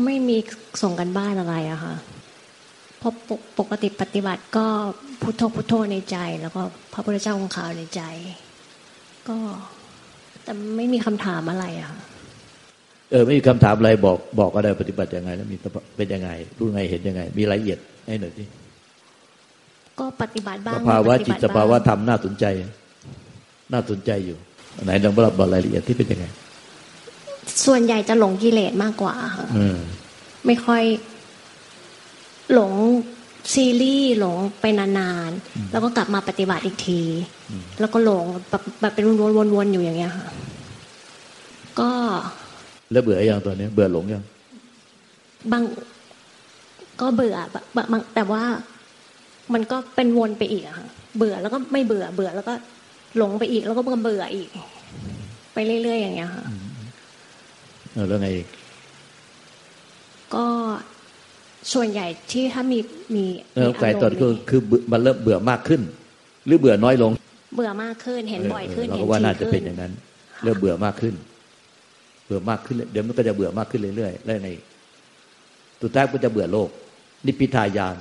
ไม่มีส่งกันบ้านอะไรอะค่ะเพราะปกติปฏิบัติก็พุทโธพุทโธในใจแล้วก็พระพุทธเจ้าองค์ขาวในใจก็แต่ไม่มีคำถามอะไรอะค่ะไม่มีคำถามอะไรบอกก็ได้ปฏิบัติยังไงแล้วมีเป็นยังไงรู้ไงเห็นยังไงมีรายละเอียดให้หน่อยสิก็ปฏิบัติบ้างสภาวะจิตสภาวะธรรมน่าสนใจอยู่ไหนลองบอกรายละเอียดที่เป็นยังไงส่วนใหญ่จะหลงกิเลสมากกว่าค่ะไม่ค่อยหลงซีรีส์หลงไปนานๆแล้วก็กลับมาปฏิบัติอีกทีแล้วก็หลงแบบเป็นวนๆอยู่อย่างเงี้ยค่ะก็แล้วเบื่อยังตอนนี้เบื่อหลงยังบางก็เบื่อบางแต่ว่ามันก็เป็นวนไปอีกอะค่ะเบื่อแล้วก็ไม่เบื่อแล้วก็หลงไปอีกแล้วก็เบื่ออีกไปเรื่อยๆอย่างเงี้ยค่ะแล้วไงอีกก็ส่วนใหญ่ที่ถ้ามีใจตอนคือมันเริ่มเบื่อมากขึ้นหรือเบื่อน้อยลงเบื่อมากขึ้นเห็นบ่อยขึ้นเราก็ว่าน่าจะเป็นอย่างนั้นเริ่มเบื่อมากขึ้นเดี๋ยวมันก็จะเบื่อมากขึ้นเรื่อยๆแล้วไงสุดท้ายก็จะเบื่อโลกนิพพิทายาน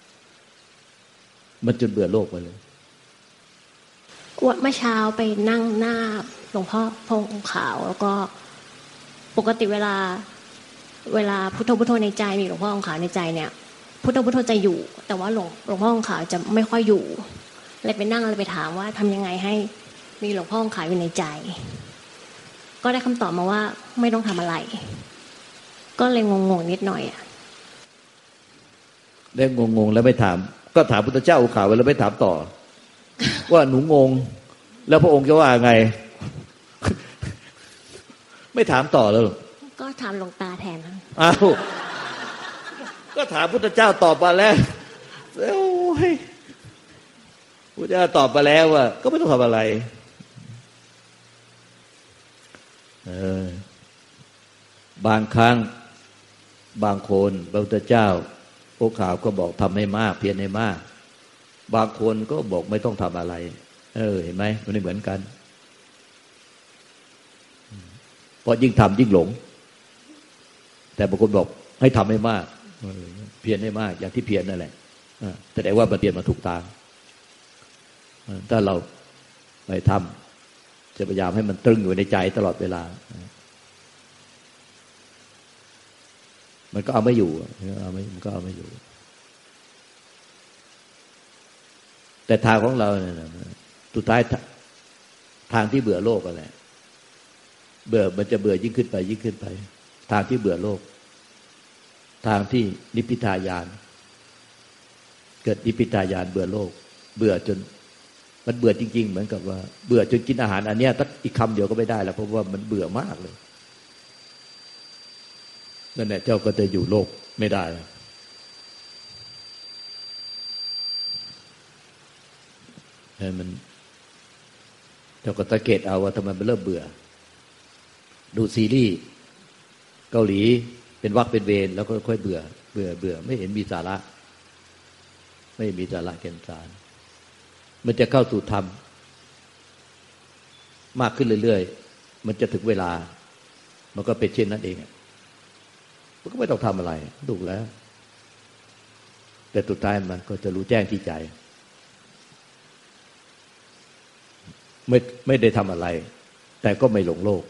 มันจนเบื่อโลกไปเลยเมื่อเช้าไปนั่งหน้าหลวงพ่อพงษ์ขาวแล้วก็ปกติเวลาพุทโธพุทโธในใจมีหลวงพ่อองค์ขาวในใจเนี่ยพุทโธพุทโธจะอยู่แต่ว่าหลวงพ่อองค์ขาวจะไม่ค่อยอยู่เลยไปนั่งเลยไปถามว่าทำยังไงให้มีหลวงพ่อองค์ขาวอยู่ในใจก็ได้คำตอบมาว่าไม่ต้องทำอะไรก็เลยงงนิดหน่อยอ่ะได้งงแล้วไม่ถามก็ถามพุทธเจ้าองค์ขาวไว้แล้วไม่ถามต่อว่าหนูงงแล้วพระองค์จะว่าไงไม่ถามต่อแล้วก็ถามหลวงตาแทนอ้าวก็ถามพุทธเจ้าตอบมาแล้วโอ้ยพุทธเจ้าตอบมาแล้วว่าก็ไม่ต้องทำอะไรบางครั้งบางคนพระพุทธเจ้าพวกข่าวก็บอกทำให้มากเพียรให้มากบางคนก็บอกไม่ต้องทำอะไรเห็นไหมมันไม่เหมือนกันเพราะยิ่งทำยิ่งหลงแต่บางคนบอกให้ทำให้มากเพียรให้มากอย่างที่เพียรนั่นแหละแสดงว่ามันเพียรมาถูกทางถ้าเราไปทำจะพยายามให้มันตรึงอยู่ในใจตลอดเวลามันก็เอาไม่อยู่มันก็เอาไม่อยู่แต่ทางของเราเนี่ยสุดท้ายทางที่เบื่อโลกอะไรเบื่อมันจะเบื่อยิ่งขึ้นไปทางที่เบื่อโลกทางที่นิพพิทายานเกิดนิพพิทายานเบื่อโลกเบื่อจนมันเบื่อจริงๆเหมือนกับว่าเบื่อจนกินอาหารอันเนี้ยถ้าอีกคำเดียวก็ไม่ได้แล้วเพราะว่ามันเบื่อมากเลยนั่นแหละเจ้าก็จะอยู่โลกไม่ได้มันเจ้าก็สังเกตเอาว่าทำไมมันเริ่มเบื่อดูซีรีส์เกาหลีเป็นวรรคเป็นเวรแล้วก็ค่อยเบื่อไม่เห็นมีสาระไม่มีสาระแก่นสารมันจะเข้าสู่ธรรมมากขึ้นเรื่อยๆมันจะถึงเวลามันก็เป็นเช่นนั้นเองมันก็ไม่ต้องทำอะไรถูกแล้วแต่สุดท้ายมันก็จะรู้แจ้งที่ใจไม่ได้ทำอะไรแต่ก็ไม่หลงโลก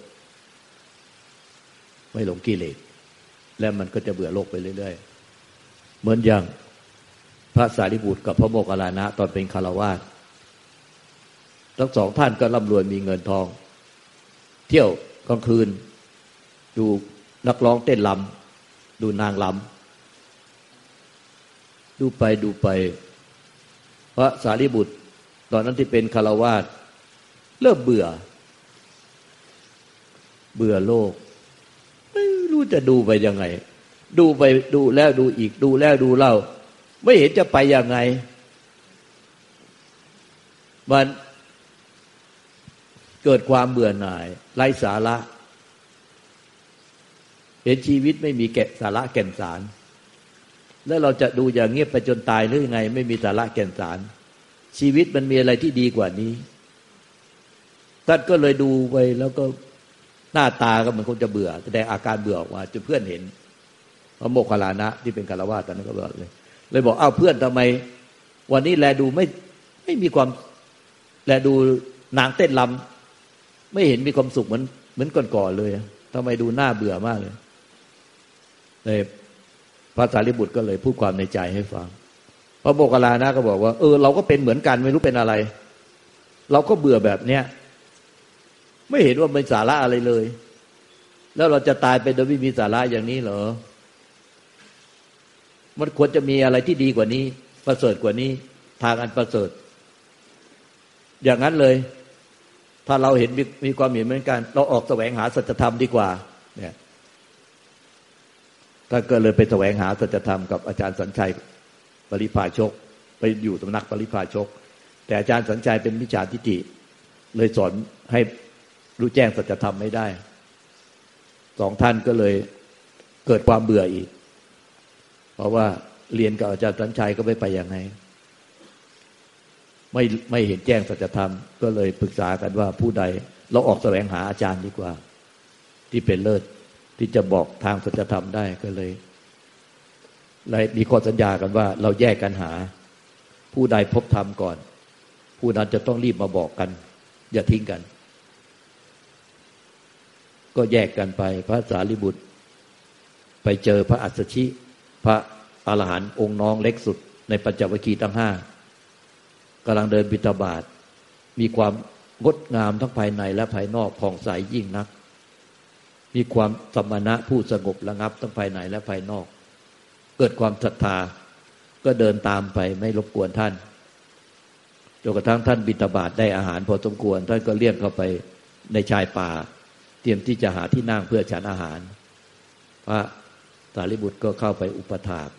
ไม่หลงกิเลสแล้วมันก็จะเบื่อโลกไปเรื่อยๆเหมือนอย่างพระสารีบุตรกับพระโมคคัลลานะตอนเป็นฆราวาสทั้งสองท่านก็ร่ำรวยมีเงินทองเที่ยวกลางคืนดูนักร้องเต้นรำดูนางรำดูไปพระสารีบุตรตอนนั้นที่เป็นฆราวาสเริ่มเบื่อโลกไม่รู้จะดูไปยังไงดูไปดูแล้วดูอีกดูแล้วดูเล่าไม่เห็นจะไปยังไงมันเกิดความเบื่อหน่ายไร้สาระเห็นชีวิตไม่มีแก่สาระแก่นสารแล้วเราจะดูอย่างเงียบไปจนตายหรือยังไงไม่มีสาระแก่นสารชีวิตมันมีอะไรที่ดีกว่านี้ท่านก็เลยดูไปแล้วก็หน้าตาก็เหมือนคนจะเบื่อแสดงอาการเบื่อออกมาจนเพื่อนเห็นพระโมคคัลลานะที่เป็นฆราวาสตอนนั้นก็บอกเลยบอกอ้าวเพื่อนทำไมวันนี้แลดูไม่มีความแลดูนางเต้นรำไม่เห็นมีความสุขเหมือนก่อนๆเลยทำไมดูน่าเบื่อมากเลยพระสารีบุตรก็เลยพูดความในใจให้ฟังพระโมคคัลลานะก็บอกว่าเราก็เป็นเหมือนกันไม่รู้เป็นอะไรเราก็เบื่อแบบเนี้ยไม่เห็นว่าเป็นสาระอะไรเลยแล้วเราจะตายไปโดยไม่มีสาระอย่างนี้เหรอมันควรจะมีอะไรที่ดีกว่านี้ประเสริฐกว่านี้ทางอันประเสริฐอย่างนั้นเลยถ้าเราเห็นมีความเห็นเหมือนกันเราออกแสวงหาสัจธรรมดีกว่าเนี่ยก็เกิดเลยไปแสวงหาสัจธรรมกับอาจารย์สัญชัยปริภาชกไปอยู่สำนักปริภาชกแต่อาจารย์สัญชัยเป็นมิจฉาทิฏฐิเลยสอนให้รู้แจ้งสัจธรรมไม่ได้สองท่านก็เลยเกิดความเบื่ออีกเพราะว่าเรียนกับอาจารย์สัญชัยก็ไม่ไปยังไงไม่เห็นแจ้งสัจธรรมก็เลยปรึกษากันว่าผู้ใดเราออกแสวงหาอาจารย์ดีกว่าที่เป็นเลิศที่จะบอกทางสัจธรรมได้ก็เลยมีข้อสัญญากันว่าเราแยกกันหาผู้ใดพบธรรมก่อนผู้นั้นจะต้องรีบมาบอกกันอย่าทิ้งกันก็แยกกันไปพระสารีบุตรไปเจอพระอัสสชิพระอรหันต์องค์น้องเล็กสุดในปัญจวัคคีย์ทั้งห้ากำลังเดินบิณฑบาตมีความงดงามทั้งภายในและภายนอกผ่องใสยิ่งนักมีความสมณะผู้สงบระงับทั้งภายในและภายนอกเกิดความศรัทธาก็เดินตามไปไม่รบกวนท่านจนกระทั่งท่านบิณฑบาตได้อาหารพอสมควรท่านก็เลี่ยงเข้าไปในชายป่าเตรียมที่จะหาที่นั่งเพื่อฉันอาหารพระสารีบุตรก็เข้าไปอุปถาก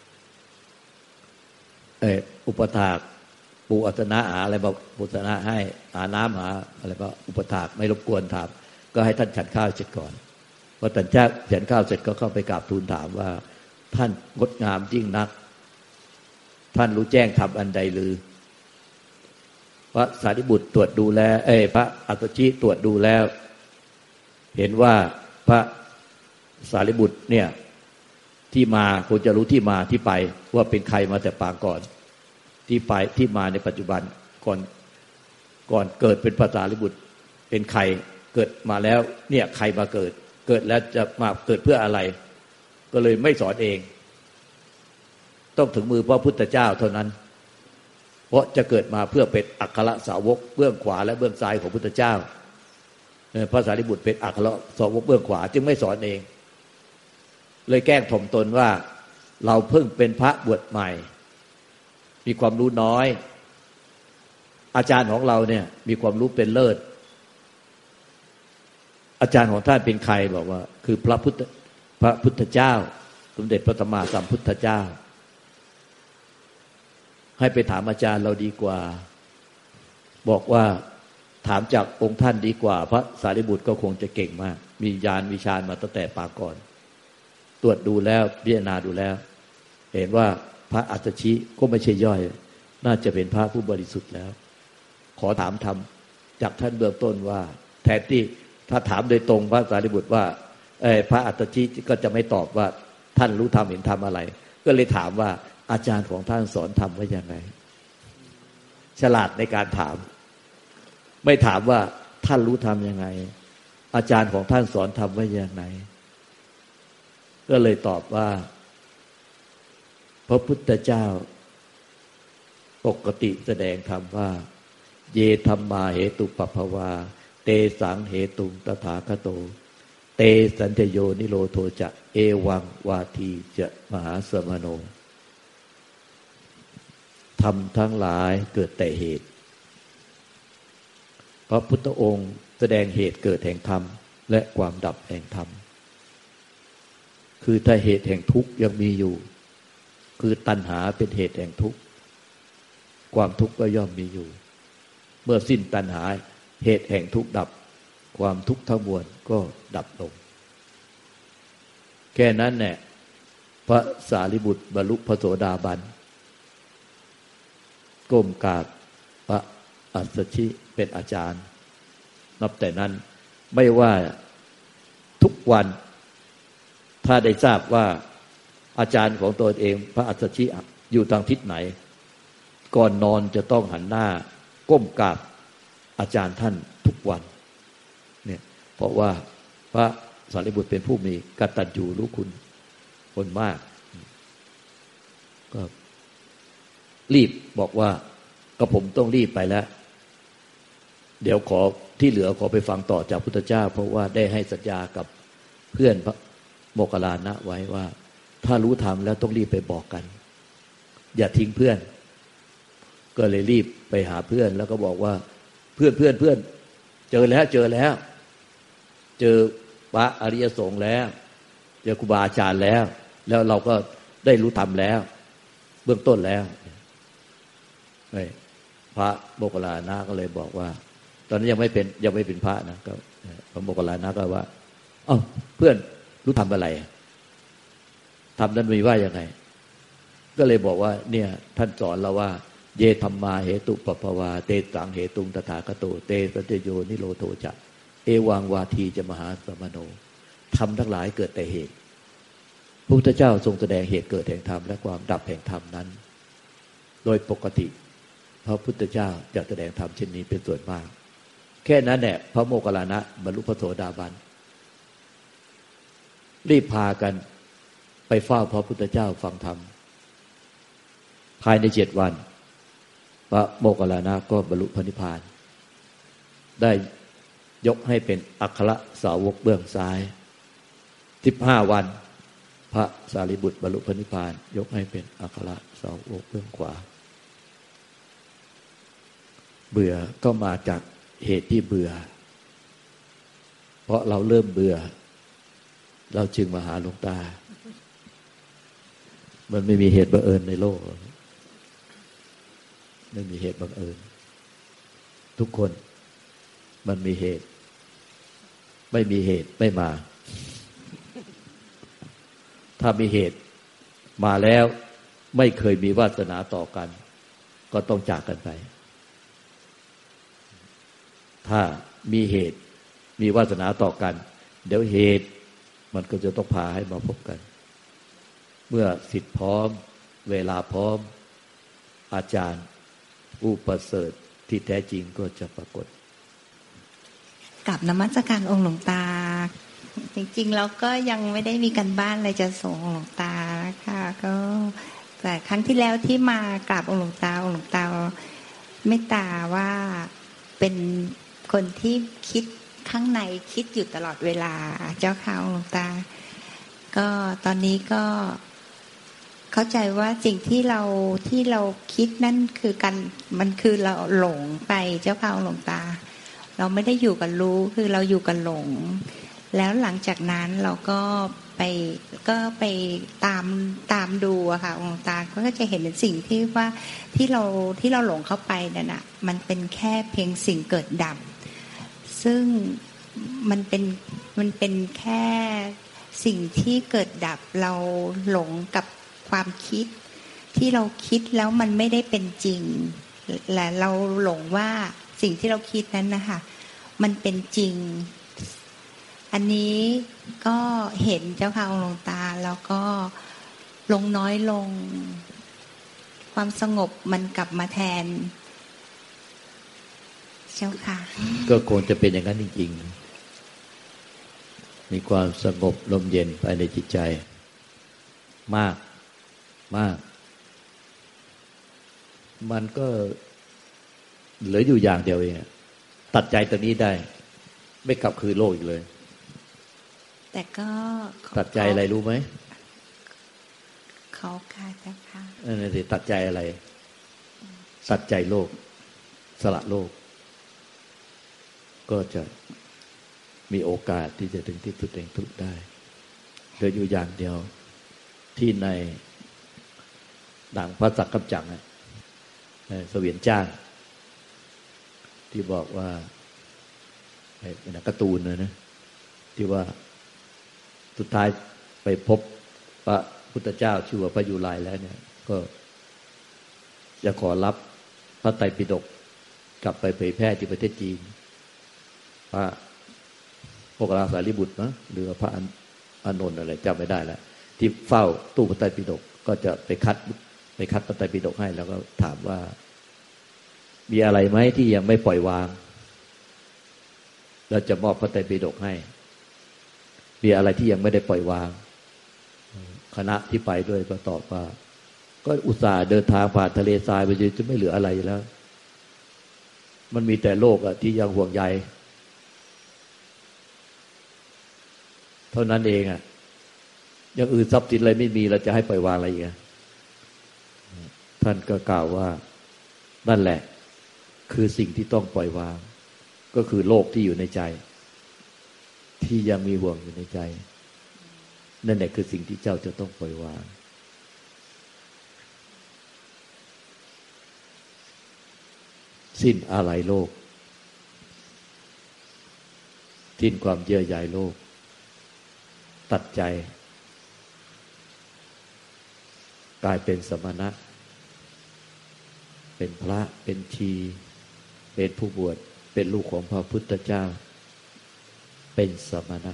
อุปถากปูอัสนะหาอะไรบอกปูอัสนะให้หาน้ำหาอะไรก็อุปถากไม่รบกวนถามก็ให้ท่านฉันข้าวเสร็จก่อนพอท่านฉันข้าวเสร็จก็เข้าไปกราบทูลถามว่าท่านงดงามยิ่งนักท่านรู้แจ้งธรรมอันใดหรือพระสารีบุตรตรวจดูแลพระอัสสชิตรวจดูแล้วเห็นว่าพระสารีบุตรเนี่ยที่มาควรจะรู้ที่มาที่ไปว่าเป็นใครมาแต่ปางก่อนที่ไปที่มาในปัจจุบันก่อนเกิดเป็นพระสารีบุตรเป็นใครเกิดมาแล้วเนี่ยใครมาเกิดแล้วจะมาเกิดเพื่ออะไรก็เลยไม่สอนเองต้องถึงมือพระพุทธเจ้าเท่านั้นเพราะจะเกิดมาเพื่อเป็นอัครสาวกเบื้องขวาและเบื้องซ้ายของพุทธเจ้าพระสารีบุตรเป็นอัครสาวกเบื้องขวาจึงไม่สอนเองเลยแกล้งถ่อมตนว่าเราเพิ่งเป็นพระบวชใหม่มีความรู้น้อยอาจารย์ของเราเนี่ยมีความรู้เป็นเลิศอาจารย์ของท่านเป็นใครบอกว่าคือพระพุทธเจ้าสมเด็จพระสัมมาสัมพุทธเจ้าให้ไปถามอาจารย์เราดีกว่าบอกว่าถามจากองค์ท่านดีกว่าพระสารีบุตรก็คงจะเก่งมากมีญาณวิชาญมาตั้งแต่ปางก่อนตรวจดูแล้วพิจารณาดูแล้วเห็นว่าพระอัสสชิก็ไม่ใช่ย่อยน่าจะเป็นพระผู้บริสุทธิ์แล้วขอถามธรรมจากท่านเบื้องต้นว่าแทนที่ถ้าถามโดยตรงพระสารีบุตรว่าพระอัสสชิก็จะไม่ตอบว่าท่านรู้ธรรมเห็นธรรมอะไรก็เลยถามว่าอาจารย์ของท่านสอนธรรมว่ายังไงฉลาดในการถามไม่ถามว่าท่านรู้ธรรมยังไงอาจารย์ของท่านสอนธรรมว่ายังไงก็เลยตอบว่าพระพุทธเจ้าปกติแสดงธรรมว่าเยธัมมาเหตุปัปภวาเตสังเหตุตถาคโตเตสัญญโยนิโรโธจะเอวังวาทีจะมหาสมโนธรรมทั้งหลายเกิดแต่เหตุพระพุทธองค์แสดงเหตุเกิดแห่งธรรมและความดับแห่งธรรมคือถ้าเหตุแห่งทุกข์ยังมีอยู่คือตัณหาเป็นเหตุแห่งทุกข์ความทุกข์ก็ย่อมมีอยู่เมื่อสิ้นตัณหาเหตุแห่งทุกข์ดับความทุกข์ทั้งมวลก็ดับลงแค่นั้นแหละพระสารีบุตรบรรลุพระโสดาบันก้มกราบพระอัสสชิเป็นอาจารย์นับแต่นั้นไม่ว่าทุกวันถ้าได้ทราบว่าอาจารย์ของตัวเองพระอัสสชิอยู่ทางทิศไหนก่อนนอนจะต้องหันหน้าก้มกราบอาจารย์ท่านทุกวันเนี่ยเพราะว่าพระสารีบุตรเป็นผู้มีกตัญญูรู้คุณคนมากก็รีบบอกว่าก็ผมต้องรีบไปแล้วเดี๋ยวขอที่เหลือขอไปฟังต่อจากพุทธเจ้าเพราะว่าได้ให้สัญญากับเพื่อนพระโมคคัลลานะไว้ว่าถ้ารู้ธรรมแล้วต้องรีบไปบอกกันอย่าทิ้งเพื่อนก็เลยรีบไปหาเพื่อนแล้วก็บอกว่าเพื่อนเจอแล้วเจอพระอริยสงฆ์แล้วเจอครูบาอาจารย์แล้วเราก็ได้รู้ธรรมแล้วเบื้องต้นแล้วพระโมคคัลลานะก็เลยบอกว่าตอนนั้นยังไม่เป็นพระนะก็พระโมคคัลลานะก็ว่าเอ้าเพื่อนรู้ธรรมอะไรธรรมนั้นมีว่ายังไงก็เลยบอกว่าเนี่ยท่านสอนเราว่าเยธัมมาเหตุปปภวาเตสังเหตุงตถาคโตเตสัจโยนิโรโธจะเอวังวาทีจะมหาสมโนธรรมทั้งหลายเกิดแต่เหตุพระพุทธเจ้าทรงแสดงเหตุเกิดแห่งธรรมและความดับแห่งธรรมนั้นโดยปกติพระพุทธเจ้าจะแสดงธรรมเช่นนี้เป็นส่วนมากแค่นั้นแหละพระโมคคัลลานะบรรลุพระโสดาบันรีบพากันไปเฝ้าพระพุทธเจ้าฟังธรรมภายใน7 วันพระโมคคัลลานะก็บรรลุพระนิพพานได้ยกให้เป็นอัครสาวกเบื้องซ้าย15 วันพระสารีบุตรบรรลุพระนิพพานยกให้เป็นอัครสาวกเบื้องขวาเบื่อก็มาจากเหตุที่เบื่อเพราะเราเริ่มเบื่อเราจึงมาหาหลวงตามันไม่มีเหตุบังเอิญในโลกไม่มีเหตุบังเอิญทุกคนมันมีเหตุไม่มีเหตุไม่มาถ้ามีเหตุมาแล้วไม่เคยมีวาสนาต่อกันก็ต้องจากกันไปถ้ามีเหตุมีวาสนาต่อกันเดี๋ยวเหตุมันก็จะต้องพาให้มาพบกันเมื่อสิทธิ์พร้อมเวลาพร้อมอาจารย์ผู้ประเสริฐที่แท้จริงก็จะปรากฏกับนมัสการองค์หลวงตาจริงๆแล้วก็ยังไม่ได้มีการบ้านอะไรจะส่งองค์หลวงตานะคะก็แต่ครั้งที่แล้วที่มากราบองค์หลวงตาเมตตาว่าเป็นคนที่คิดข้างในคิดอยู่ตลอดเวลาเจ้าค่ะองค์หลวงตาก็ตอนนี้ก็เข้าใจว่าสิ่งที่เราคิดนั่นคือการมันคือเราหลงไปเจ้าค่ะองค์หลวงตาเราไม่ได้อยู่กับรู้คือเราอยู่กับหลงแล้วหลังจากนั้นเราก็ไปตามดูอะค่ะองค์ตาก็จะเห็นสิ่งที่ว่าที่เราหลงเข้าไปนั่นน่ะมันเป็นแค่เพียงสิ่งเกิดดับซึ่งมันเป็นแค่สิ่งที่เกิดดับเราหลงกับความคิดที่เราคิดแล้วมันไม่ได้เป็นจริงและเราหลงว่าสิ่งที่เราคิดนั้นนะคะมันเป็นจริงอันนี้ก็เห็นเจ้าค่ะองค์หลวงตาแล้วก็ลงน้อยลงความสงบมันกลับมาแทนเจ้าค่ะก็คงจะเป็นอย่างนั้นจริงๆมีความสงบลมเย็นภายในจิตใจมากมันก็เหลืออยู่อย่างเดียวเองตัดใจตรงนี้ได้ไม่กลับคืนโลกอีกเลยแต่ก็ตัดใจอะไรรู้ไหมเขาค่ะเจ้าค่ะนั่นสิตัดใจอะไรตัดใจโลกสละโลกก็จะมีโอกาสที่จะถึงที่สุดแห่งทุกข์ได้เหลืออยู่อย่างเดียวที่ในดังพระสักกัปจังเสวียนจ้างที่บอกว่าเป็นการ์ตูนนะที่ว่าสุดท้ายไปพบพระพุทธเจ้าชื่อว่าพระยุลายแล้วเนี่ยก็จะขอรับพระไตรปิฎกกลับไปเผยแพร่ที่ประเทศจีนพระโมคคัลลาสารีบุตรนะหรือพระอานนท์อะไรจำไม่ได้แล้วที่เฝ้าตู้พระไตรปิฎกก็จะไปคัดพระไตรปิฎกให้แล้วก็ถามว่ามีอะไรไหมที่ยังไม่ปล่อยวางเราจะมอบพระไตรปิฎกให้มีอะไรที่ยังไม่ได้ปล่อยวางคณะที่ไปด้วยก็ตอบว่าก็อุตส่าห์เดินทางผ่านทะเลทรายไปจะไม่เหลืออะไรแล้วมันมีแต่โลกอะที่ยังห่วงใยเท่านั้นเองอะอย่างอื่นทรัพย์สินอะไรไม่มีเราจะให้ปล่อยวางอะไรอีกท่านก็กล่าวว่านั่นแหละคือสิ่งที่ต้องปล่อยวางก็คือโลกที่อยู่ในใจที่ยังมีห่วงอยู่ในใจนั่นแหละคือสิ่งที่เจ้าจะต้องปล่อยวางสิ้นอาลัยโลกสิ้นความเยื่อใยโลกตัดใจกลายเป็นสมณะเป็นพระเป็นชีเป็นผู้บวชเป็นลูกของพระพุทธเจ้าเป็นสมณะ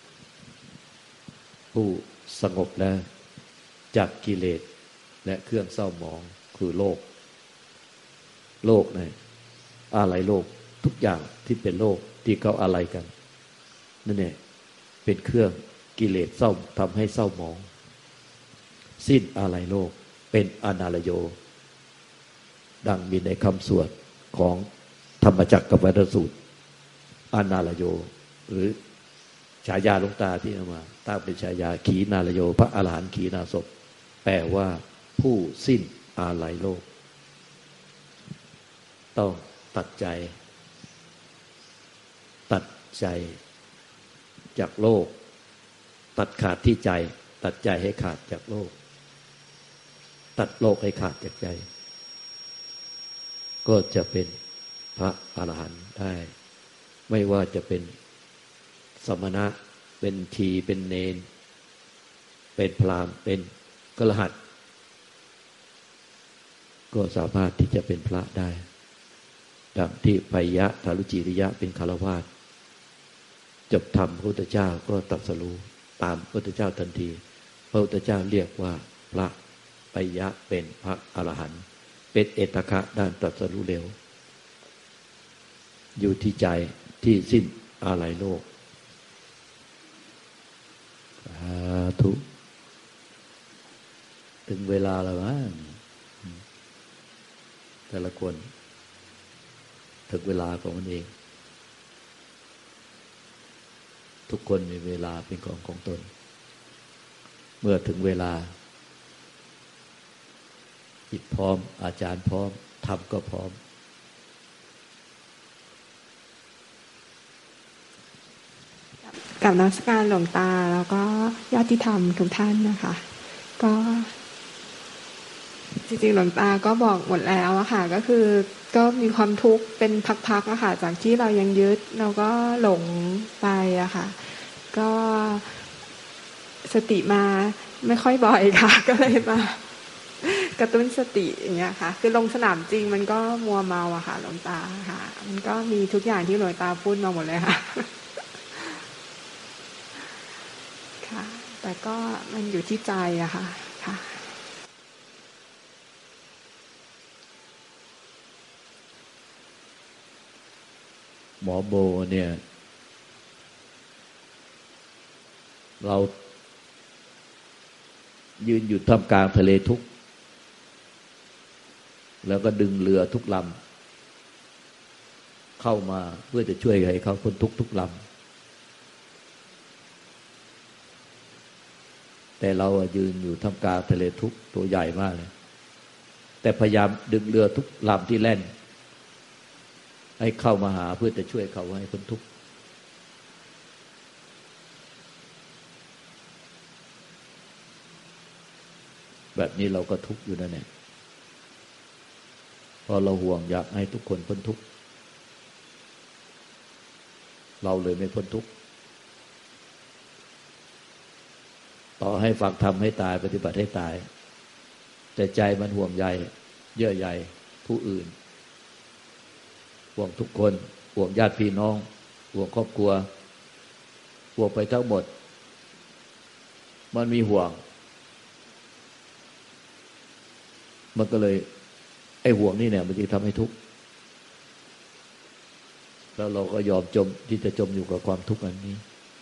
ผู้สงบแล้วจากกิเลสและเครื่องเศร้าหมองคือโลกเนี่ยอะไรโลกทุกอย่างที่เป็นโลกที่เขาอะไรกันนั่นเนี่ยเป็นเครื่องกิเลสเศร้าทำให้เศร้าหมองสิ้นอะไรโลกเป็นอนาลโยดังมีในคำสวดของธรรมจักรกับวัฏสูตรอนาลโยหรือฉายาหลวงตาที่เอามาตั้งเป็นฉายาขีนาลโยพระอรหันต์ขีณาสพแปลว่าผู้สิ้นอาลัยโลกต้องตัดใจจากโลกตัดขาดที่ใจตัดใจให้ขาดจากโลกตัดโลกให้ขาดจากใจก็จะเป็นพระอรหันต์ได้ไม่ว่าจะเป็นสมณะเป็นชีเป็นเณรเป็นพราหมณ์เป็นกฤหัสถ์ก็สามารถที่จะเป็นพระได้ดังที่ไพยะทารุจิริยะเป็นฆราวาสจบธรรมพระพุทธเจ้าก็ตรัสรู้ตามพระพุทธเจ้าทันทีพระพุทธเจ้าเรียกว่าพระไพยะเป็นพระอรหันต์เป็นเอตคะด้านตรัสรู้เร็วอยู่ที่ใจที่สิ้นอาลัยโลกสาธุถึงเวลาแล้วมั้งแต่ละคนถึงเวลาของมันเองทุกคนมีเวลาเป็นของตนเมื่อถึงเวลาจิตพร้อมอาจารย์พร้อมธรรมก็พร้อมกับนมัสการหลวงตาแล้วก็ญาติธรรมทุกท่านนะคะก็จริงๆหลวงตาก็บอกหมดแล้วอะค่ะก็คือก็มีความทุกข์เป็นพักๆอะค่ะจากที่เรายังยึดเราก็หลงไปอะค่ะก็สติมาไม่ค่อยบ่อยค่ะก็เลยมากระตุ้นสติอย่างเงี้ยค่ะคือลงสนามจริงมันก็มัวเมาอะค่ะหลวงตาค่ะมันก็มีทุกอย่างที่หลวงตาพูดมาหมดเลยค่ะค่ะแต่ก็มันอยู่ที่ใจอะค่ะค่ะหมอโบเนี่ยเรายืนอยู่ท่ามกลางทะเลทุกข์แล้วก็ดึงเรือทุกลำเข้ามาเพื่อจะช่วยให้เขาพ้นทุกข์ทุกลำแต่เรายืนอยู่ท่ามกลางทะเลทุกข์ตัวใหญ่มากเลยแต่พยายามดึงเรือทุกลำที่แล่นให้เข้ามาหาเพื่อจะช่วยเขาให้พ้นทุกข์แบบนี้เราก็ทุกข์อยู่นั่นแหละพอเราห่วงอยากให้ทุกคนพ้นทุกข์เราเลยไม่พ้นทุกข์ต่อให้ฟังธรรมให้ตายปฏิบัติให้ตายแต่ใจมันห่วงใยเยื่อใยผู้อื่นห่วงทุกคนห่วงญาติพี่น้องห่วงครอบครัวห่วงไปทั้งหมดมันมีห่วงมันก็เลยไอ้ห่วงนี่เนี่ยมันจะทำให้ทุกข์แล้วเราก็ยอมจมที่จะจมอยู่กับความทุกข์อันนี้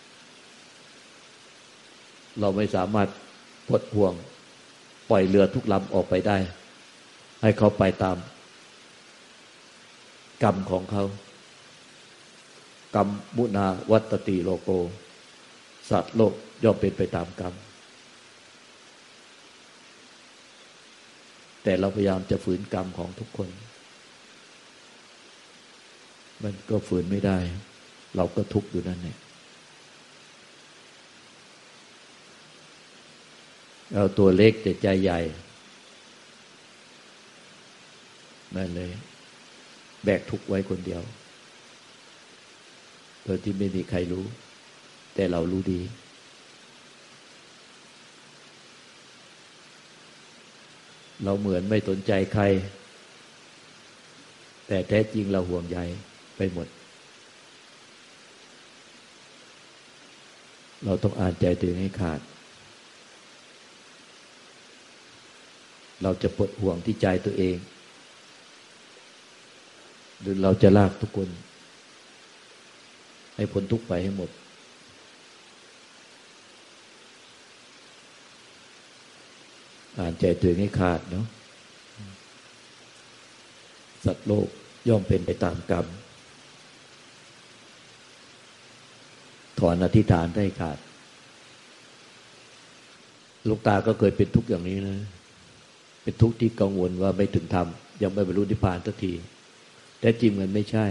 เราไม่สามารถปลดห่วงปล่อยเรือทุกลำออกไปได้ให้เขาไปตามกรรมของเขากรรมมุนาวัตติโลโกสัตว์โลกย่อมเป็นไปตามกรรมแต่เราพยายามจะฝืนกรรมของทุกคนมันก็ฝืนไม่ได้เราก็ทุกข์อยู่นั่นแหละเราตัวเล็กแต่ใจใหญ่นั่นเลยแบกทุกข์ไว้คนเดียวโดยที่ไม่มีใครรู้แต่เรารู้ดีเราเหมือนไม่สนใจใครแต่แท้จริงเราห่วงใยไปหมดเราต้องอ่านใจตัวเองให้ขาดเราจะปลดห่วงที่ใจตัวเองหรือเราจะลากทุกคนให้พ้นทุกข์ไปให้หมดอ่านใจตัวเองให้ขาดเนาะสัตว์โลกย่อมเป็นไปตามกรรมถอนอธิษฐานได้ขาดหลวงตาก็เคยเป็นทุกข์อย่างนี้นะเป็นทุกข์ที่กังวลว่าไม่ถึงธรรมยังไม่บรรลุนิพพานสักทีแต่จริงมันไม่ใช่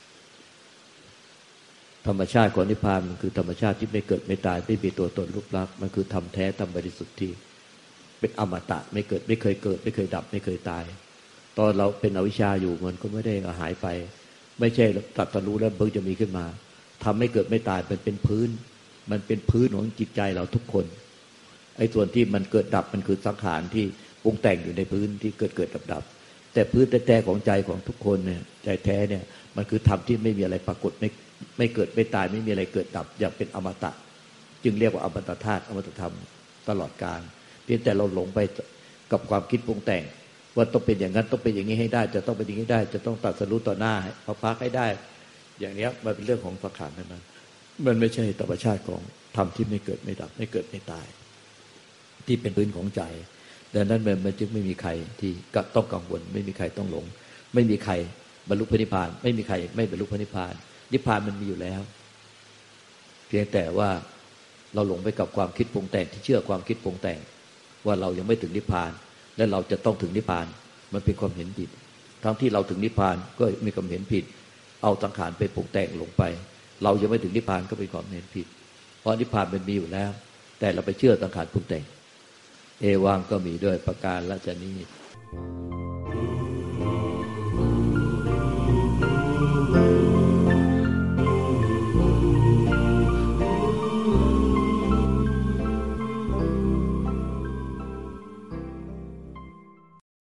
ธรรมชาติของนิพพานมันคือธรรมชาติที่ไม่เกิดไม่ตายไม่มีตัวตนรูปลักษณ์มันคือธรรมแท้ธรรมบริสุทธิ์ที่เป็นอมตะไม่เกิดไม่เคยเกิดไม่เคยดับไม่เคยตายตอนเราเป็นอวิชชาอยู่มันก็ไม่ได้หายไปไม่ใช่ตรัสรู้แล้วเพิ่งจะมีขึ้นมาทำให้เกิดไม่ตายมันเป็นพื้นมันเป็นพื้นของจิตใจเราทุกคนไอ้ส่วนที่มันเกิดดับมันคือสังขารที่ปรุงแต่งอยู่ในพื้นที่เกิดดับแต่พื้นแท้ๆของใจของทุกคนเนี่ยใจแท้เนี่ยมันคือธรรมที่ไม่มีอะไรปรากฏไม่เกิดไม่ตายไม่มีอะไรเกิดดับอย่างเป็นอมตะจึงเรียกว่าอมตะธาตุอมตะธรรมตลอดกาลเพียงแต่เราหลงไปกับความคิดปรุงแต่งว่าต้องเป็นอย่างนั้นต้องเป็นอย่างนี้ให้ได้จะต้องเป็นอย่างนี้ได้จะต้องตรัสรู้ต่อหน้าพระพักให้ได้อย่างนี้มันเป็นเรื่องของสังขารเท่านั้นมันไม่ใช่ธรรมชาติของธรรมที่ไม่เกิดไม่ดับไม่เกิดไม่ตายที่เป็นพื้นของใจดังนั้นมันจึงไม่มีใครที่ต้องกังวลไม่มีใครต้องหลงไม่มีใครบรรลุพระนิพพานไม่มีใครไม่บรรลุพระนิพพานนิพพานมันมีอยู่แล้วเพียงแต่ว่าเราหลงไปกับความคิดปรุงแต่งที่เชื่อความคิดปรุงแต่งว่าเรายังไม่ถึงนิพพานและเราจะต้องถึงนิพพานมันเป็นความเห็นผิดทั้งที่เราถึงนิพพานก็มีความเห็นผิดเอาสังขารไปปรุงแต่งลงไปเรายังไม่ถึงนิพพานก็เป็นความเห็นผิดเพราะนิพพานมันมีอยู่แล้วแต่เราไปเชื่อสังขารปรุงแต่งเอวังก็มีด้วยประการละชนี